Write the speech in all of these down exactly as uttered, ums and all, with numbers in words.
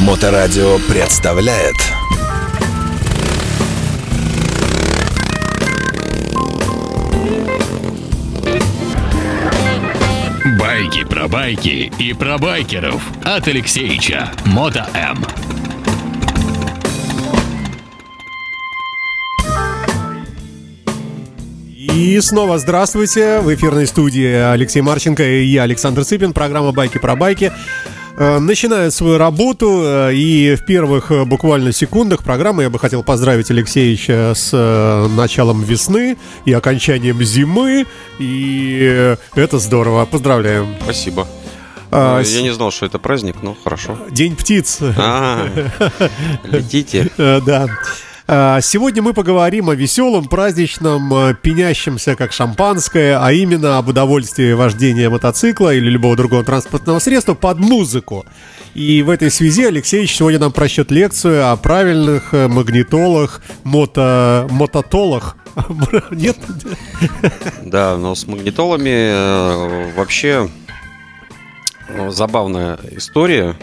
Моторадио представляет байки про байки и про байкеров от Алексеича Мото М. И снова здравствуйте. В эфирной студии Алексей Марченко и я, Александр Цыпин. Программа «Байки про байки» начинает свою работу. И в первых буквально секундах программы я бы хотел поздравить Алексеича с началом весны и окончанием зимы. И это здорово. Поздравляем. Спасибо. А, Я с... не знал, что это праздник, но хорошо. День птиц. А, летите. Да. Сегодня мы поговорим о веселом, праздничном, пенящемся как шампанское, а именно об удовольствии вождения мотоцикла или любого другого транспортного средства под музыку. И в этой связи Алексеевич сегодня нам прочтет лекцию о правильных магнитолах, мото... мототолах. Нет? Да, но с магнитолами вообще забавная история.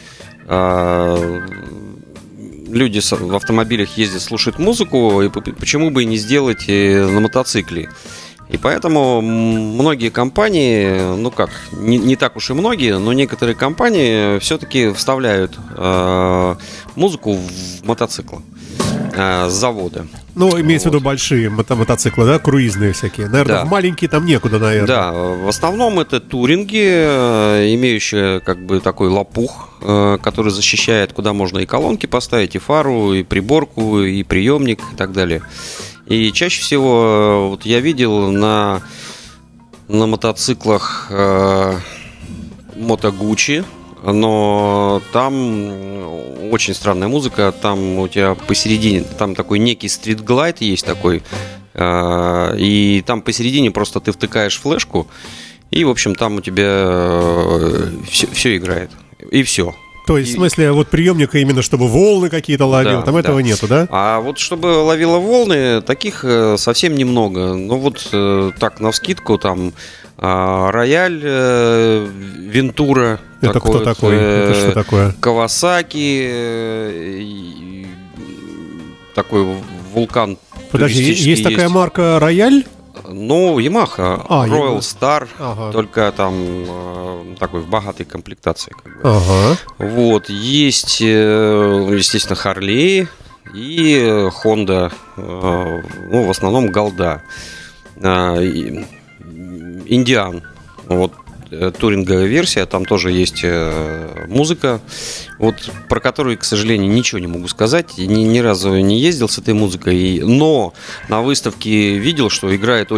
Люди в автомобилях ездят, слушают музыку, и почему бы и не сделать на мотоцикле. И поэтому многие компании, ну как, не, не так уж и многие, но некоторые компании все-таки вставляют э, музыку в мотоцикл э, с завода. Ну, имеется вот. в виду большие мото- мотоциклы, да, круизные всякие. Наверное, Да. в маленькие там некуда, наверное. Да, в основном это туринги, имеющие как бы такой лопух, который защищает, куда можно и колонки поставить, и фару, и приборку, и приемник, и так далее. И чаще всего вот я видел на, на мотоциклах э, Moto Guzzi, но там очень странная музыка, там у тебя посередине, там такой некий стрит-глайд есть такой, э, и там посередине просто ты втыкаешь флешку, и, в общем, там у тебя все, все играет, и все. То есть, И... в смысле, вот приемника именно, чтобы волны какие-то ловил, Да, там да. этого нету, да? А вот чтобы ловило волны, таких э, совсем немного. Ну вот э, так, навскидку, там э, рояль, э, Вентура. Это такой кто вот, такой? э, Это что такое? Кавасаки, э, и, такой вулкан. Подожди, туристический есть такая марка «Рояль»? Ну, Yamaha, А, Royal Yamaha. Star, Ага. только там э, такой в богатой комплектации. Как бы. Ага. Вот, есть, э, естественно, Harley и Honda, э, ну, в основном Голда, э, и Индиан, вот, э, туринговая версия, там тоже есть э, музыка, вот, про которую, к сожалению, ничего не могу сказать, ни, ни разу не ездил с этой музыкой, но на выставке видел, что играет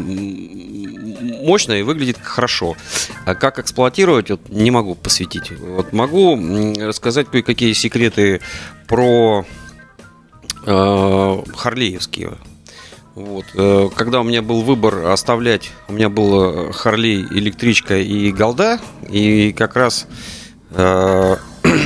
очень мощно и выглядит хорошо. А как эксплуатировать, вот, не могу посвятить. Вот, могу рассказать кое-какие секреты про э, харлеевские. Вот. Когда у меня был выбор оставлять, у меня был Harley, электричка и Голда, и как раз э,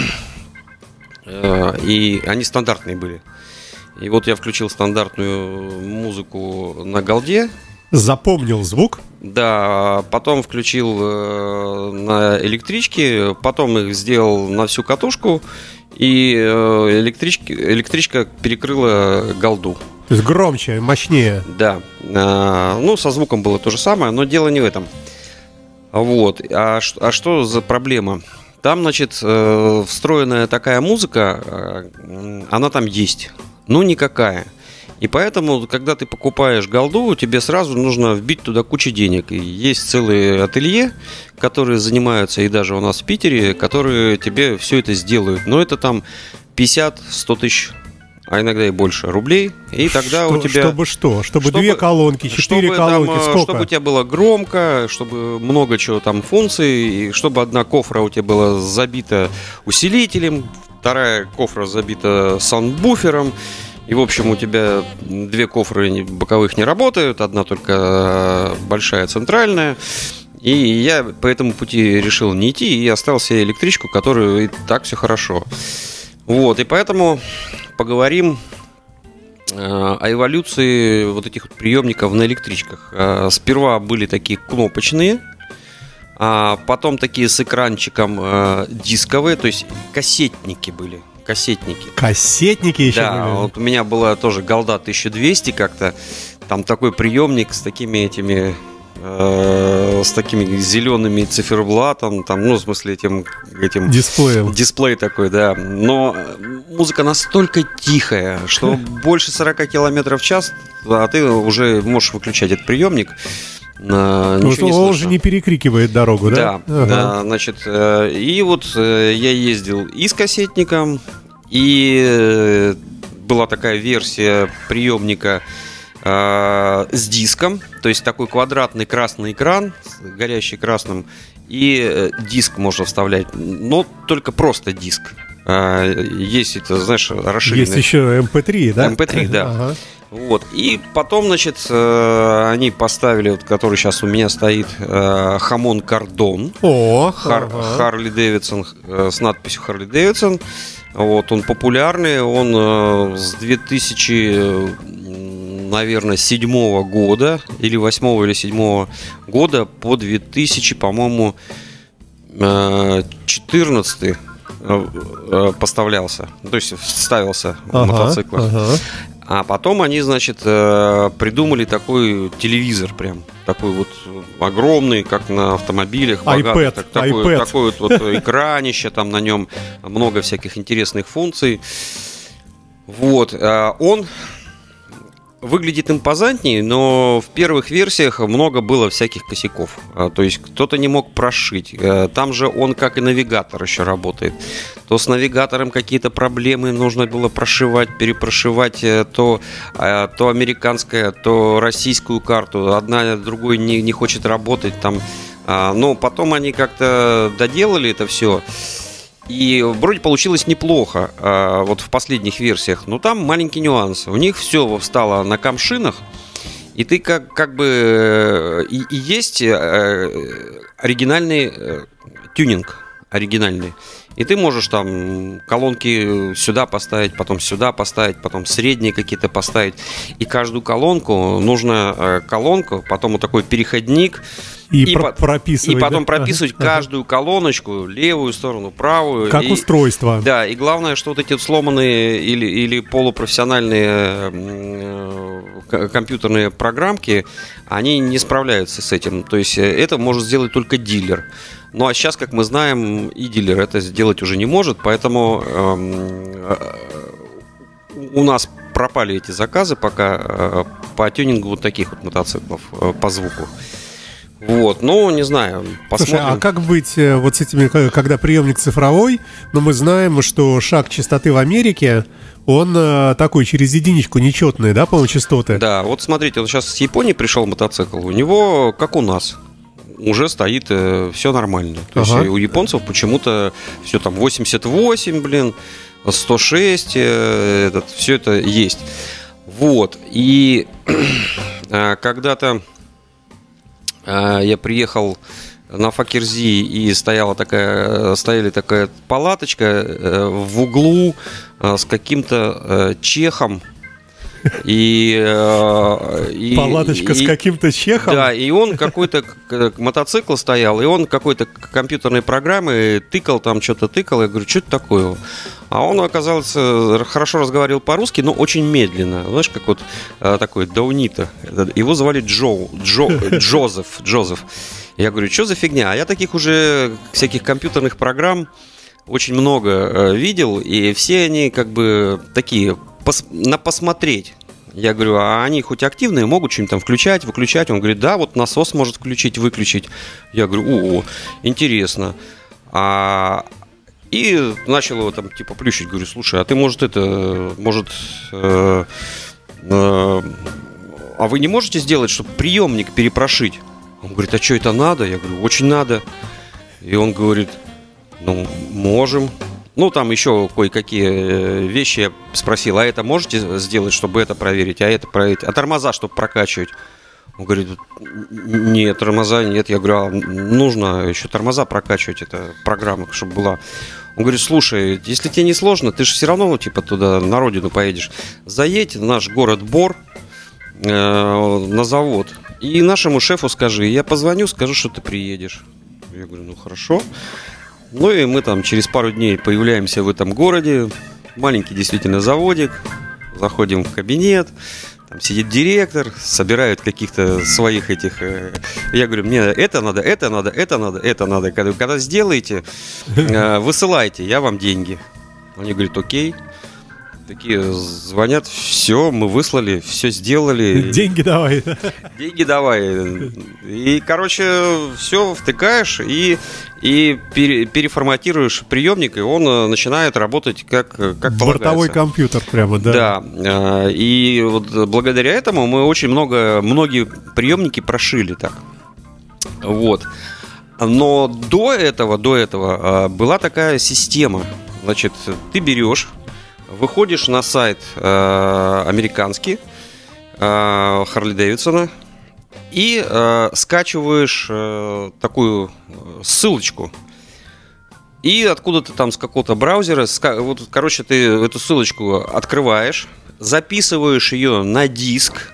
э, и они стандартные были. И вот я включил стандартную музыку на Голде. Запомнил звук? Да, потом включил э, на электричке, потом их сделал на всю катушку, и э, электрички, электричка перекрыла Голду. То есть громче, мощнее. Да, а, ну со звуком было то же самое, но дело не в этом. Вот, а, ш- а что за проблема? Там, значит, э, встроенная такая музыка, э, она там есть, но никакая. И поэтому, когда ты покупаешь Голду, тебе сразу нужно вбить туда кучу денег. И есть целые ателье, которые занимаются, и даже у нас в Питере, которые тебе все это сделают. Но это там пятьдесят-сто тысяч, а иногда и больше рублей. И тогда Что- у тебя... Чтобы что? Чтобы, Чтобы- две колонки, четыре чтобы колонки, там, сколько? Чтобы у тебя было громко, чтобы много чего там функций, и чтобы одна кофра у тебя была забита усилителем, вторая кофра забита саундбуфером. И, в общем, у тебя две кофры боковых не работают, одна только большая центральная. И я по этому пути решил не идти и оставил себе электричку, которую и так все хорошо. Вот, и поэтому поговорим э, о эволюции вот этих вот приемников на электричках. Э, сперва были такие кнопочные, А потом такие с экранчиком э, дисковые, то есть кассетники были. Кассетники. Кассетники еще да, были? Вот у меня была тоже голда тысяча двести как-то. Там такой приемник с такими этими... с такими зелеными циферблатом, там, ну, в смысле, этим, этим дисплеем. Дисплей такой, да. Но музыка настолько тихая, что больше сорок километров в час, а ты уже можешь выключать этот приемник. Ну, что он же не перекрикивает дорогу, да? Да, ага. да, значит, и вот я ездил и с кассетником, и была такая версия приемника с диском, то есть такой квадратный красный экран, горящий красным, и диск можно вставлять, но только просто диск. Есть это, знаешь, расширенный. Есть еще эм пэ три, да? эм пэ три, да. Ага. Вот. И потом, значит, они поставили, вот, который сейчас у меня стоит, Хамон Кардон. О, Хар, ага. Харли Дэвидсон, с надписью Харли Дэвидсон. Вот, он популярный, он с две тысячи, наверное, седьмого года, или восьмого, или седьмого года по две тысячи, по-моему, четырнадцатый поставлялся, то есть ставился в ага, мотоциклах. Ага. А потом они, значит, придумали такой телевизор прям, такой вот огромный, как на автомобилях, богатый, iPad, так, такой, iPad. такой вот, вот экранище, там на нем много всяких интересных функций. Вот, он выглядит импозантнее, но в первых версиях много было всяких косяков. То есть кто-то не мог прошить. Там же он как и навигатор еще работает. То с навигатором какие-то проблемы нужно было прошивать, перепрошивать то, то американское, то российскую карту. Одна другой не, не хочет работать. Там. Но потом они как-то доделали это все. И вроде получилось неплохо, а, вот в последних версиях. Но там маленький нюанс. У них все встало на камшинах. И ты как, как бы... И, и есть оригинальный тюнинг. Оригинальный. И ты можешь там колонки сюда поставить, потом сюда поставить, потом средние какие-то поставить. И каждую колонку нужно колонку, потом вот такой переходник. И, и, про- прописывать, и потом да? прописывать ага. каждую колоночку, левую сторону, правую. Как и, устройство. Да, и главное, что вот эти вот сломанные или, или полупрофессиональные э, компьютерные программки, они не справляются с этим. То есть это может сделать только дилер. Ну а сейчас, как мы знаем, и дилер это сделать уже не может, поэтому э, у нас пропали эти заказы пока э, по тюнингу вот таких вот мотоциклов э, по звуку. Вот, ну, не знаю, посмотрим. Слушай, а как быть э, вот с этими, когда приемник цифровой, но мы знаем, что шаг частоты в Америке, он э, такой через единичку нечетный, да, по-моему, частоты? Да, вот смотрите, вот сейчас с Японии пришел мотоцикл, у него, как у нас, уже стоит э, все нормально. То ага. есть у японцев почему-то все там восемьдесят восемь, блин, сто шесть, э, этот, все это есть. Вот, и э, когда-то я приехал на Факирзи, и стояла такая, стояли такая палаточка в углу с каким-то чехом. И, и, Палаточка и, с каким-то чехом? Да, и он какой-то мотоцикл стоял, и он какой-то компьютерной программой тыкал, там что-то тыкал. Я говорю, что это такое? А он, оказался, хорошо разговаривал по-русски, но очень медленно. Знаешь, как вот такой даунита. Его звали Джо, Джо, Джозеф, Джозеф. Я говорю, что за фигня? А я таких уже всяких компьютерных программ очень много видел, и все они как бы такие... Пос, на посмотреть. Я говорю, а они хоть активные, могут что-нибудь там включать, выключать? Он говорит, да, вот насос может включить, выключить. Я говорю, о, интересно. А, и начал его там типа плющить. Говорю, слушай, а ты может это, может, э, э, а вы не можете сделать, чтобы приемник перепрошить? Он говорит, а что это надо? Я говорю, очень надо. И он говорит, ну, можем. Ну, там еще кое-какие вещи я спросил, а это можете сделать, чтобы это проверить, а это проверить, а тормоза, чтобы прокачивать? Он говорит, нет, тормоза нет. Я говорю, а нужно еще тормоза прокачивать, это программа, чтобы была. Он говорит, слушай, если тебе не сложно, ты же все равно типа туда на родину поедешь. Заедь в наш город Бор э, на завод и нашему шефу скажи, я позвоню, скажу, что ты приедешь. Я говорю, ну хорошо. Ну и мы там через пару дней появляемся в этом городе. Маленький действительно заводик. Заходим в кабинет. Там сидит директор, собирают каких-то своих этих... Я говорю, мне это надо, это надо, это надо, это надо. Когда, когда сделаете, высылайте, я вам деньги. Они говорят, окей. Такие звонят, все, мы выслали, все сделали. Деньги давай. Деньги давай. И, короче, все втыкаешь и, и пере, переформатируешь приемник, и он начинает работать как, как полагается. Бортовой компьютер прямо, да. Да. И вот благодаря этому мы очень много, многие приемники прошили так. Вот. Но до этого, до этого была такая система. Значит, ты берешь, выходишь на сайт э, американский э, Харли Дэвидсона и э, скачиваешь э, такую ссылочку. И откуда-то там с какого-то браузера, ска- вот, короче, ты эту ссылочку открываешь, записываешь ее на диск,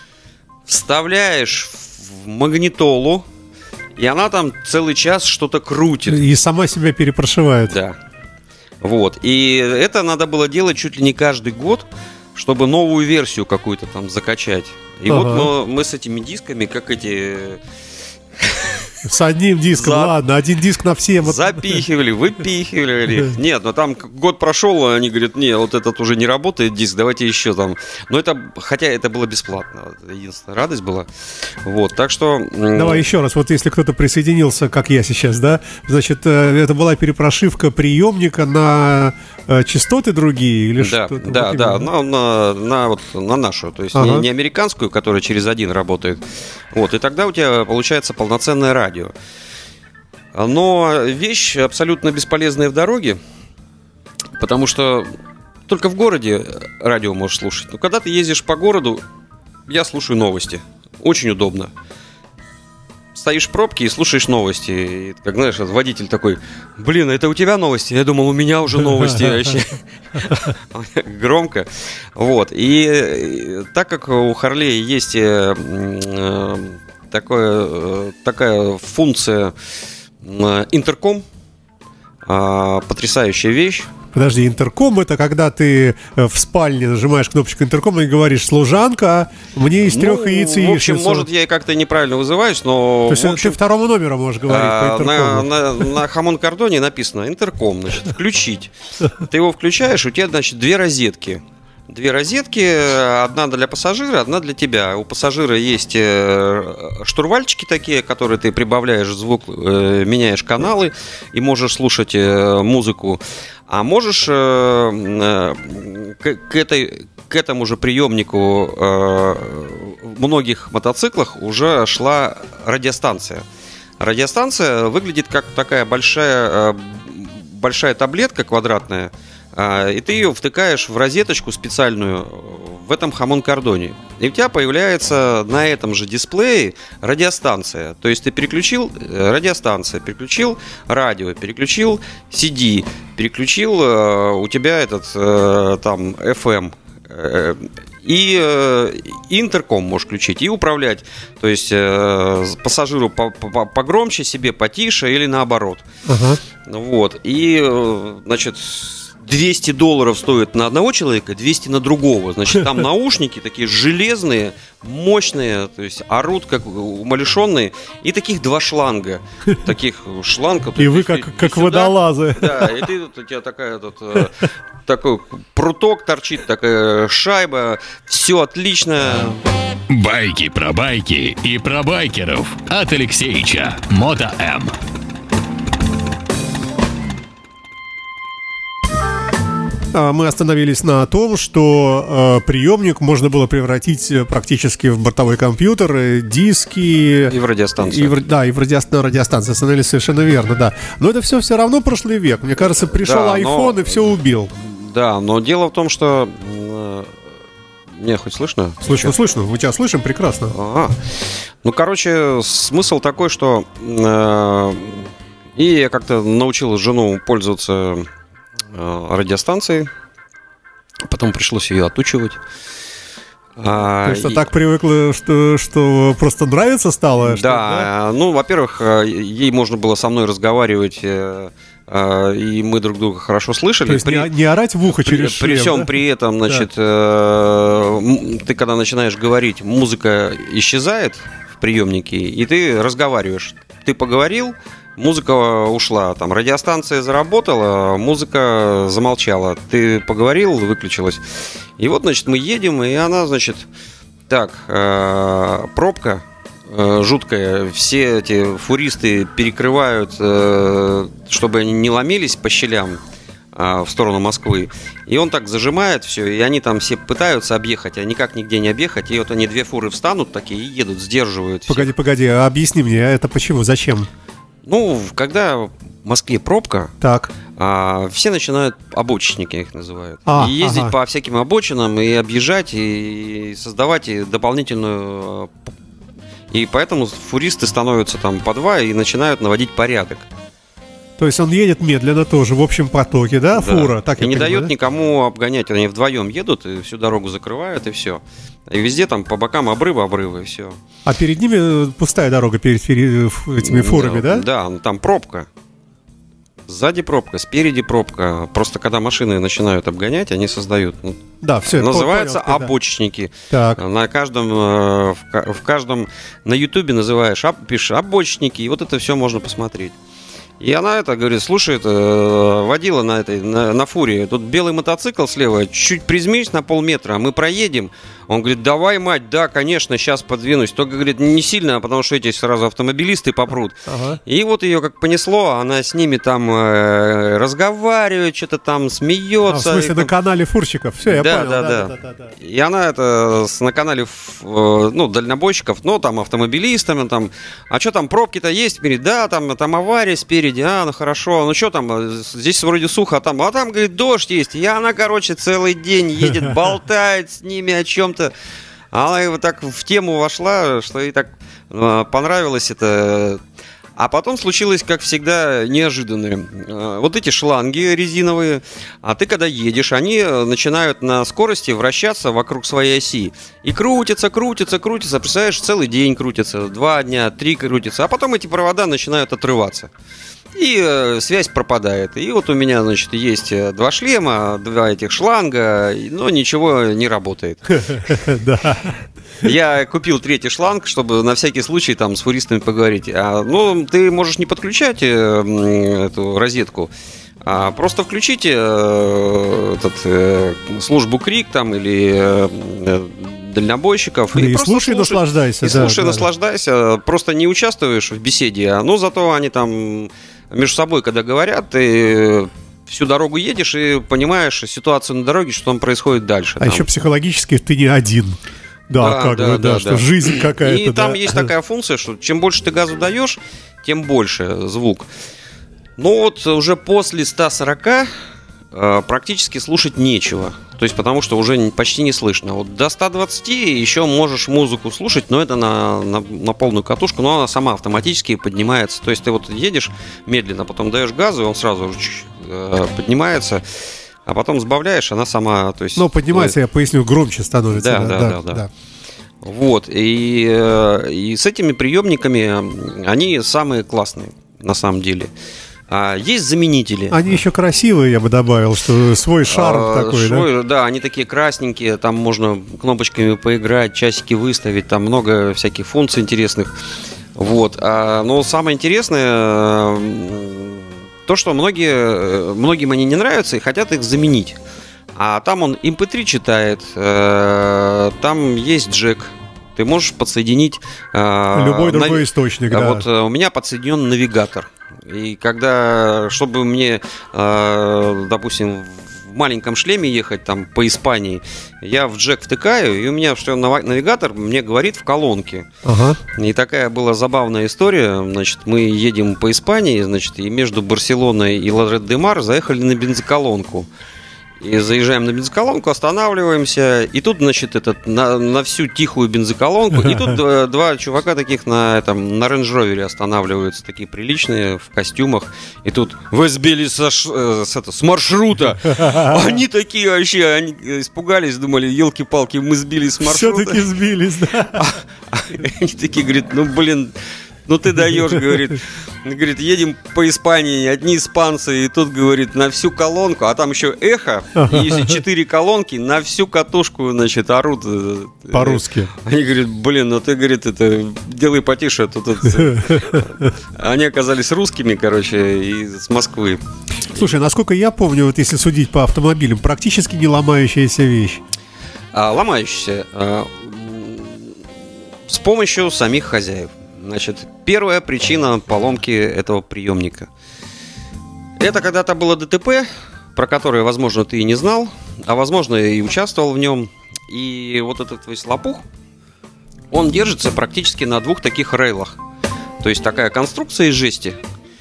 вставляешь в магнитолу, и она там целый час что-то крутит. И сама себя перепрошивает. Да. Вот. И это надо было делать чуть ли не каждый год, чтобы новую версию какую-то там закачать. И ага. вот мы, мы с этими дисками, как эти... С одним диском, За... ладно, один диск на всем. Запихивали, выпихивали. Нет, но там год прошел, они говорят, не, вот этот уже не работает диск, давайте еще там. Но это, хотя это было бесплатно, единственная радость была. Вот, так что... Давай еще раз, вот если кто-то присоединился, как я сейчас, да, значит, это была перепрошивка приемника на частоты другие или да, что? Да, вот да, на, на, на, вот, на нашу, то есть ага. не, не американскую, которая через один работает. Вот, и тогда у тебя получается полноценное радио. Но вещь абсолютно бесполезная в дороге, потому что только в городе радио можешь слушать. Но когда ты ездишь по городу, я слушаю новости. Очень удобно. Стоишь в пробке и слушаешь новости. И, как знаешь, водитель такой, блин, это у тебя новости? Я думал, у меня уже новости вообще. Громко. Вот. И так как у Харлея есть такое, такая функция интерком, потрясающая вещь. Подожди, интерком — это когда ты в спальне нажимаешь кнопочку интеркома и говоришь: служанка, мне из трех ну, яиц яичницу. В общем, может, я как-то неправильно вызываюсь, но... То есть общем, ты второму номеру можешь говорить а, по интеркому. На, на, на хамон-кордоне написано интерком, значит, включить. Ты его включаешь, у тебя, значит, две розетки. Две розетки, одна для пассажира, одна для тебя. У пассажира есть штурвальчики такие, которые ты прибавляешь звук, меняешь каналы и можешь слушать музыку. А можешь к, этой, к этому же приемнику в многих мотоциклах уже шла радиостанция. Радиостанция выглядит как такая большая, большая таблетка квадратная. И ты ее втыкаешь в розеточку специальную в этом хамон-кордоне. И у тебя появляется на этом же дисплее радиостанция. То есть ты переключил радиостанция, переключил радио, переключил си ди, переключил у тебя этот там эф эм. И э, интерком можешь включить и управлять. То есть э, пассажиру погромче, себе потише или наоборот. Uh-huh. Вот. И, значит, двести долларов стоит на одного человека, двести на другого. Значит, там наушники такие железные, мощные, то есть орут как умалишенные. И таких два шланга. Таких шланга. И вы как, как водолазы. Да, и ты, у тебя такая тут... Такой пруток торчит, такая шайба. Все отлично. Байки про байки и про байкеров от Алексеича. Мото М. Мы остановились на том, что э, приемник можно было превратить практически в бортовой компьютер, и диски... И в радиостанцию. И в, да, и в радио, на радиостанции. Остановились совершенно верно, да. Но это все все равно прошлый век. Мне кажется, пришел да, iPhone но... и все убил. Да, но дело в том, что... Меня хоть слышно? Слышно, слышно. Мы тебя слышим прекрасно. Ага. Ну, короче, смысл такой, что... Э, и я как-то научил жену пользоваться э, радиостанцией. Потом пришлось ее отучивать. А, То есть, и... так привыкла, что, что просто нравится стало? Да, что, да, ну, во-первых, ей можно было со мной разговаривать, и мы друг друга хорошо слышали. То есть, при... не, не орать в ухо через при, шлем, При всем да? при этом, значит, да. ты когда начинаешь говорить, музыка исчезает в приемнике, и ты разговариваешь. Ты поговорил, музыка ушла, там радиостанция заработала, музыка замолчала. Ты поговорил, выключилась. И вот, значит, мы едем, и она, значит, так, э, пробка э, жуткая, все эти фуристы перекрывают, э, чтобы они не ломились по щелям э, в сторону Москвы. И он так зажимает все, и они там все пытаются объехать, а никак нигде не объехать. И вот они две фуры встанут такие и едут, сдерживают. Погоди, всех. погоди, объясни мне, это почему, зачем? Ну, когда в Москве пробка, так. а, все начинают, обочечники их называют, а, и ездить ага. по всяким обочинам, и объезжать, и создавать и дополнительную... И поэтому фуристы становятся там по два и начинают наводить порядок. То есть он едет медленно тоже, в общем потоке, да, да. фура? Так и не понимаю, дает да? никому обгонять, они вдвоем едут, и всю дорогу закрывают, и все. И везде там по бокам обрывы, обрывы, и все. А перед ними пустая дорога, перед этими фурами, да? Да, да, там пробка. Сзади пробка, спереди пробка. Просто когда машины начинают обгонять, они создают. Ну, да, все. Называются понял, обочечники. Так. На каждом, в каждом на Ютубе называешь, пишешь обочечники, и вот это все можно посмотреть. И она это говорит, слушай, это водила на этой на, на фуре, тут белый мотоцикл слева, чуть призмись на полметра, а мы проедем. Он говорит, давай, мать, да, конечно, сейчас подвинусь. Только, говорит, не сильно, потому что эти сразу автомобилисты попрут. Ага. И вот ее как понесло, она с ними там э, разговаривает, что-то там смеется. А, в смысле, там... на канале фурщиков, все, я да, понял. Да, да, да, да, да, да. И она это на канале, ну, дальнобойщиков, ну, там, автомобилистами, там, а что там, пробки-то есть спереди? Да, там, там авария спереди, а, ну, хорошо, ну, что там, здесь вроде сухо, а там, а там, говорит, дождь есть. И она, короче, целый день едет, болтает с ними о чем-то. Она вот так в тему вошла, что ей так понравилось это. А потом случилось, как всегда, неожиданное. Вот эти шланги резиновые, а ты когда едешь, они начинают на скорости вращаться вокруг своей оси. И крутятся, крутятся, крутятся. Представляешь, целый день крутятся, два дня, три крутятся. А потом эти провода начинают отрываться. И э, связь пропадает. И вот у меня, значит, есть два шлема, два этих шланга, но ничего не работает. Да. Я купил третий шланг, чтобы на всякий случай там с фуристами поговорить. А, ну, ты можешь не подключать э, эту розетку, а просто включите э, этот, э, службу КРИК там или э, дальнобойщиков. И, и слушай, слушай, наслаждайся. И да, слушай, да, наслаждайся. Да. Просто не участвуешь в беседе, а, но зато они там между собой, когда говорят, ты всю дорогу едешь и понимаешь ситуацию на дороге, что там происходит дальше. А там. еще психологически ты не один. Да, Да, как да, бы, да, да, что да. жизнь какая-то. И там да. есть такая функция, что чем больше ты газу даешь, тем больше звук. Но вот уже после ста сорока э, практически слушать нечего. То есть потому что уже почти не слышно. Вот до ста двадцати еще можешь музыку слушать, но это на, на, на полную катушку, но она сама автоматически поднимается. То есть ты вот едешь медленно, потом даешь газу, и он сразу э, поднимается. А потом сбавляешь, она сама, то есть... Ну, поднимается, я поясню, громче становится. Да, да, да, да, да. да. Вот, и, и с этими приемниками они самые классные, на самом деле. А есть заменители. Они еще красивые, я бы добавил, что свой шарм а, такой, свой, да? Да, они такие красненькие, там можно кнопочками поиграть, часики выставить, там много всяких функций интересных. Вот, а, но самое интересное... То, что многие, многим они не нравятся и хотят их заменить. А там он эм пэ три читает, э, там есть джек. Ты можешь подсоединить... Э, любой другой нави... источник, да. Вот э, у меня подсоединен навигатор. И когда, чтобы мне, э, допустим, в маленьком шлеме ехать там по Испании, я в джек втыкаю, и у меня что навигатор мне говорит в колонке. Ага. И такая была забавная история. Значит, мы едем по Испании, значит, и между Барселоной и Лорет-де-Мар заехали на бензоколонку. И заезжаем на бензоколонку, останавливаемся, и тут, значит, этот, на, на всю тихую бензоколонку, и тут два, два чувака таких на, этом, на рейндж-ровере останавливаются, такие приличные, в костюмах, и тут вы сбили со, с, это, с маршрута. Они такие вообще, они испугались, думали, елки-палки, мы сбились с маршрута. Все-таки сбились, да. Они такие говорят, ну, блин, ну ты даешь, говорит. Говорит, едем по Испании, одни испанцы, и тут, говорит, на всю колонку, а там еще эхо, и если четыре колонки, на всю катушку, значит, орут. По-русски. Они говорят, блин, ну ты, говорит, это, делай потише, а то тут... Они оказались русскими, короче, из Москвы. Слушай, насколько я помню, вот если судить по автомобилям, практически не ломающаяся вещь. А, ломающаяся. А, с помощью самих хозяев. Значит, первая причина поломки этого приемника. Это когда-то было ДТП, про которое, возможно, ты и не знал, а возможно, и участвовал в нем. И вот этот весь лопух, он держится практически на двух таких рейлах. То есть такая конструкция из жести.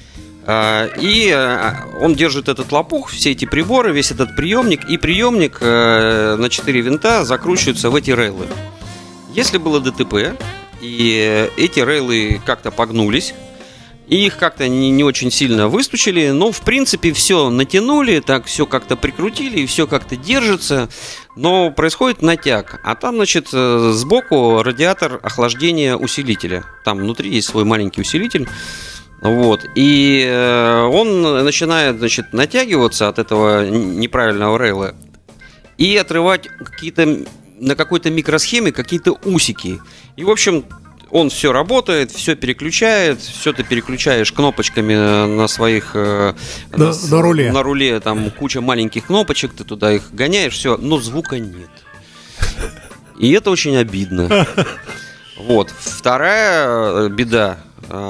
И он держит этот лопух, все эти приборы, весь этот приемник. И приемник на четыре винта закручивается в эти рейлы. Если было ДТП, и эти рейлы как-то погнулись, и их как-то не, не очень сильно выстучили, но в принципе все натянули, так все как-то прикрутили, и все как-то держится, но происходит натяг, а там, значит, сбоку радиатор охлаждения усилителя, там внутри есть свой маленький усилитель, вот, и он начинает, значит, натягиваться от этого неправильного рейла и отрывать какие-то на какой-то микросхеме какие-то усики. И, в общем, он все работает, все переключает, все ты переключаешь кнопочками на своих... На, на, на руле. На руле там куча маленьких кнопочек, ты туда их гоняешь, все, но звука нет. И это очень обидно. Вот. Вторая беда.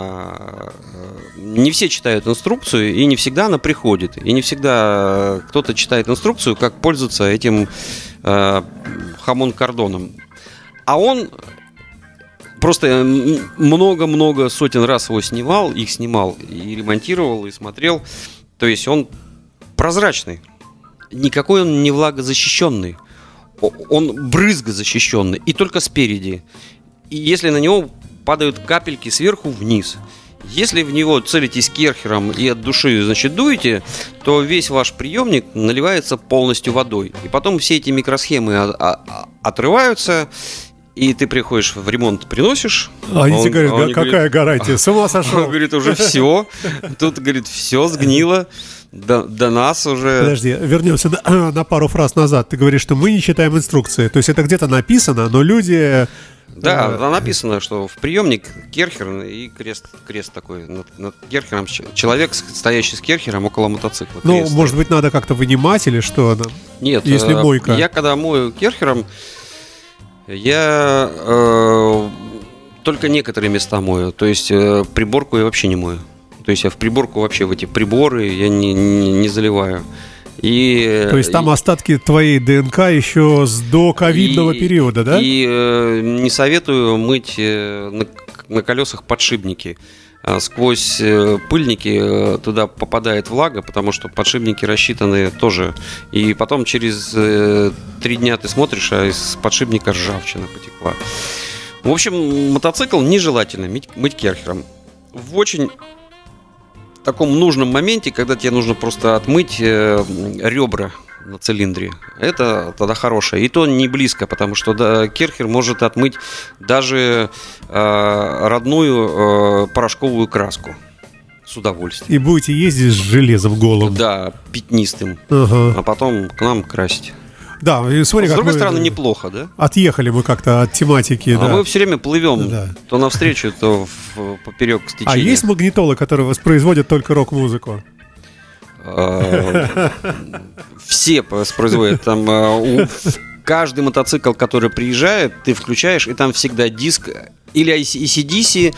Не все читают инструкцию, и не всегда она приходит. И не всегда кто-то читает инструкцию, как пользоваться этим хамон-кордоном. А он просто много-много сотен раз его снимал, их снимал, и ремонтировал, и смотрел. То есть он прозрачный. Никакой он не влагозащищенный. Он брызгозащищенный. И только спереди. И если на него падают капельки сверху вниз, если в него целитесь керхером и от души, значит, дуете, то весь ваш приемник наливается полностью водой. И потом все эти микросхемы отрываются, и ты приходишь в ремонт, приносишь. А они тебе говорят, он какая говорит, гарантия, с ума сошел. Он говорит, уже все. Тут, говорит, все сгнило. До, до нас уже... Подожди, вернемся на, на пару фраз назад. Ты говоришь, что мы не читаем инструкции. То есть это где-то написано, но люди... Да, там написано, что в приемник керхер и крест, крест такой над, над керхером. Человек, стоящий с керхером около мотоцикла. Ну, крест. Может быть, надо как-то вынимать или что? Нет, если мойка. Я когда мою керхером, я э, только некоторые места мою. То есть э, приборку я вообще не мою. То есть я в приборку вообще, в эти приборы я не, не, не заливаю. И, То есть там и, остатки твоей ДНК еще с доковидного и, периода, да? И э, не советую мыть э, на, на колесах подшипники. А сквозь э, пыльники э, туда попадает влага, потому что подшипники рассчитаны тоже. И потом через э, три дня ты смотришь, а из подшипника ржавчина потекла. В общем, мотоцикл нежелательно мыть, мыть керхером. В очень... В таком нужном моменте, когда тебе нужно просто отмыть э, ребра на цилиндре, это тогда хорошее. И то не близко, потому что да, керхер может отмыть даже э, родную э, порошковую краску с удовольствием. И будете ездить с железом голым. Да, пятнистым. Ага. А потом к нам красить. Да, и смотри, с как другой мы стороны, неплохо, да? Отъехали мы как-то от тематики. А да. мы все время плывем, да. то навстречу, то в, поперек течения. А есть магнитолы, которые воспроизводят только рок-музыку? Все воспроизводят. Там каждый мотоцикл, который приезжает, ты включаешь, и там всегда диск или эй си ди си,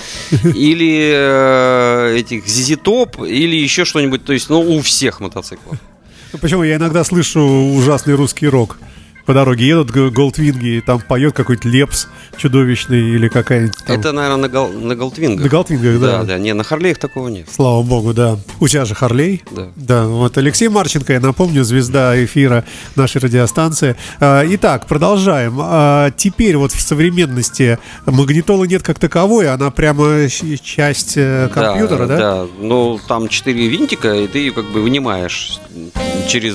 или этих зет зет Top, или еще что-нибудь. То есть, ну, у всех мотоциклов. Почему я иногда слышу ужасный русский рок? по дороге едут голдвинги, и там поет какой-то Лепс чудовищный или какая-нибудь там... Это, наверное, на, гол... на голдвингах. На голдвингах, да. Да, да, не, на Харлеях такого нет. Слава богу, да. У тебя же Харлей. Да. Да, вот Алексей Марченко, я напомню, звезда эфира нашей радиостанции. Итак, продолжаем. Теперь вот в современности магнитолы нет как таковой, она прямо часть компьютера, да? Да, да. Ну, там четыре винтика, и ты ее как бы вынимаешь через...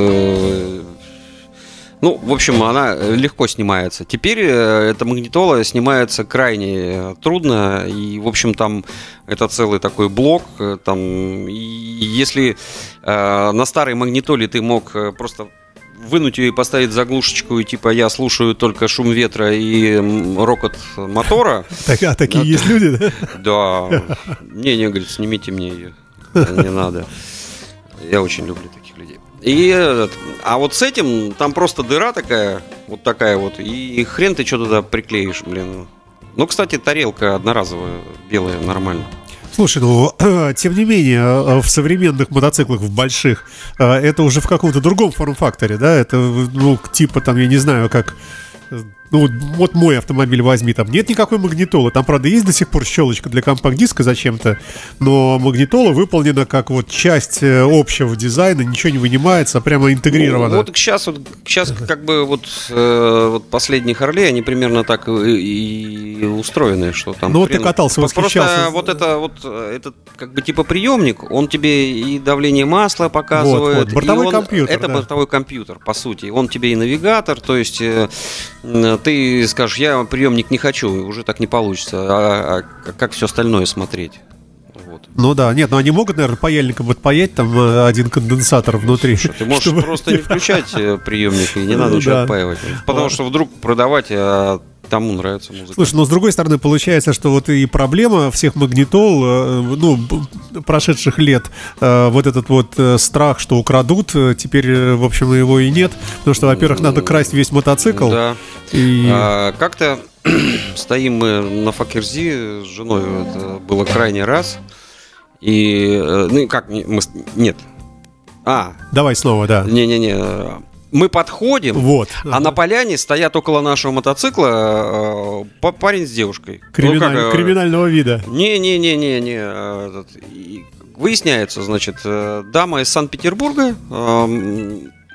Ну, в общем, она легко снимается. Теперь эта магнитола снимается крайне трудно, и, в общем, там это целый такой блок. Там, и если э, на старой магнитоле ты мог просто вынуть ее и поставить заглушечку, и типа я слушаю только шум ветра и рокот мотора. Так, а такие есть люди, да? Да. Не-не, говорит, снимите мне ее. Не надо. Я очень люблю таких людей. И, а вот с этим там просто дыра такая, вот такая вот, и хрен ты что туда приклеишь, блин. Ну, кстати, тарелка одноразовая, белая, нормально. Слушай, ну, тем не менее, в современных мотоциклах, в больших, это уже в каком-то другом форм-факторе, да? Это, ну, типа там, я не знаю, как... Ну, вот мой автомобиль возьми, там нет никакой магнитолы. Там, правда, есть до сих пор щелочка для компакт-диска зачем-то, но магнитола выполнена как вот часть общего дизайна, ничего не вынимается, а прямо интегрировано. Ну, вот сейчас, вот, сейчас как бы вот, э, вот последние Харли, они примерно так и, и устроены, что там... Ну, вот ты катался, восхищался. Просто вот это вот, этот как бы типа приемник, он тебе и давление масла показывает. Вот, вот. Бортовой он, компьютер. Это да. бортовой компьютер, по сути. Он тебе и навигатор, то есть... Э, ты скажешь, я приемник не хочу, уже так не получится. А, а как все остальное смотреть? Вот. Ну да, нет, но они могут, наверное, паяльником отпаять там один конденсатор внутри. Слушай, ты можешь чтобы... просто не включать приемник, и не надо ну, ничего да. отпаивать. Потому что вдруг продавать, а тому нравится музыка. Слушай, но с другой стороны, получается, что вот и проблема всех магнитол, ну, прошедших лет, вот этот вот страх, что украдут, теперь, в общем, его и нет. Потому что, во-первых, надо красть весь мотоцикл. Да. И... А, как-то стоим мы на Факерзи с женой, это было крайний раз. И, ну, как, мы, нет. А. Давай снова, да. Не-не-не. Мы подходим, вот. А на поляне стоят около нашего мотоцикла э, парень с девушкой. Криминаль... Ну, как, э, криминального вида. Не-не-не-не-не. Э, выясняется, значит, э, дама из Санкт-Петербурга, э,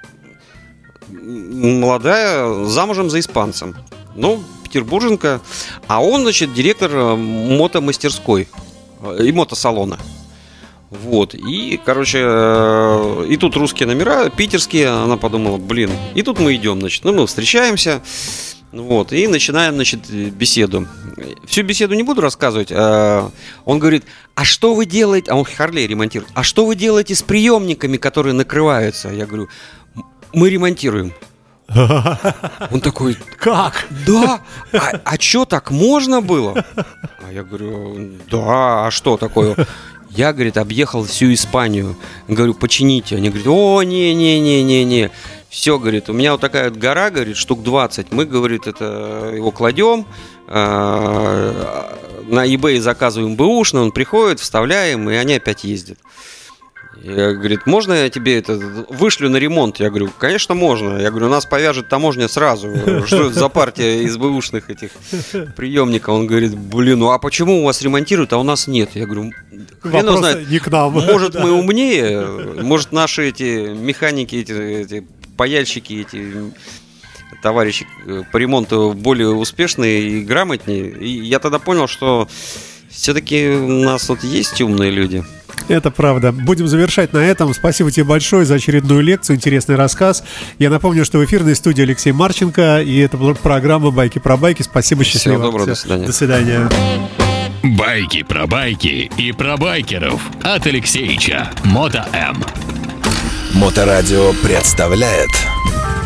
молодая, замужем за испанцем. Ну, петербурженка. А он, значит, директор мотомастерской э, и мотосалона. Вот, и, короче, э, и тут русские номера, питерские, она подумала, блин, и тут мы идем, значит, ну, мы встречаемся, вот, и начинаем, значит, беседу. Всю беседу не буду рассказывать, э, он говорит, а что вы делаете, а он Харлей ремонтирует, а что вы делаете с приемниками, которые накрываются? Я говорю, мы ремонтируем. Он такой, как? Да, а, а что, так можно было? А я говорю, да, а что такое? Я, говорит, объехал всю Испанию. Говорю, почините. Они говорят, о, не-не-не-не-не. Все, говорит, у меня вот такая вот гора, говорит, штук двадцать. Мы, говорит, это его кладем, на eBay заказываем бэушный, он приходит, вставляем, и они опять ездят. Я, говорит, можно я тебе это вышлю на ремонт? Я говорю, конечно, можно. Я говорю, нас повяжет таможня сразу. Что это за партия из бэушных этих приемников? Он говорит, блин, ну а почему у вас ремонтируют, а у нас нет? Я говорю, хрен его знает. Не к нам. Может, мы умнее, может, наши эти механики, эти, эти паяльщики, эти товарищи по ремонту более успешные и грамотнее. И я тогда понял, что все-таки у нас вот есть умные люди. Это правда. Будем завершать на этом. Спасибо тебе большое за очередную лекцию, интересный рассказ. Я напомню, что в эфирной студии Алексей Марченко, и это была программа «Байки про байки». Спасибо, счастливо. Всего доброго, до свидания. До свидания. Байки про байки и про байкеров от Алексеича. Мото М. Моторадио представляет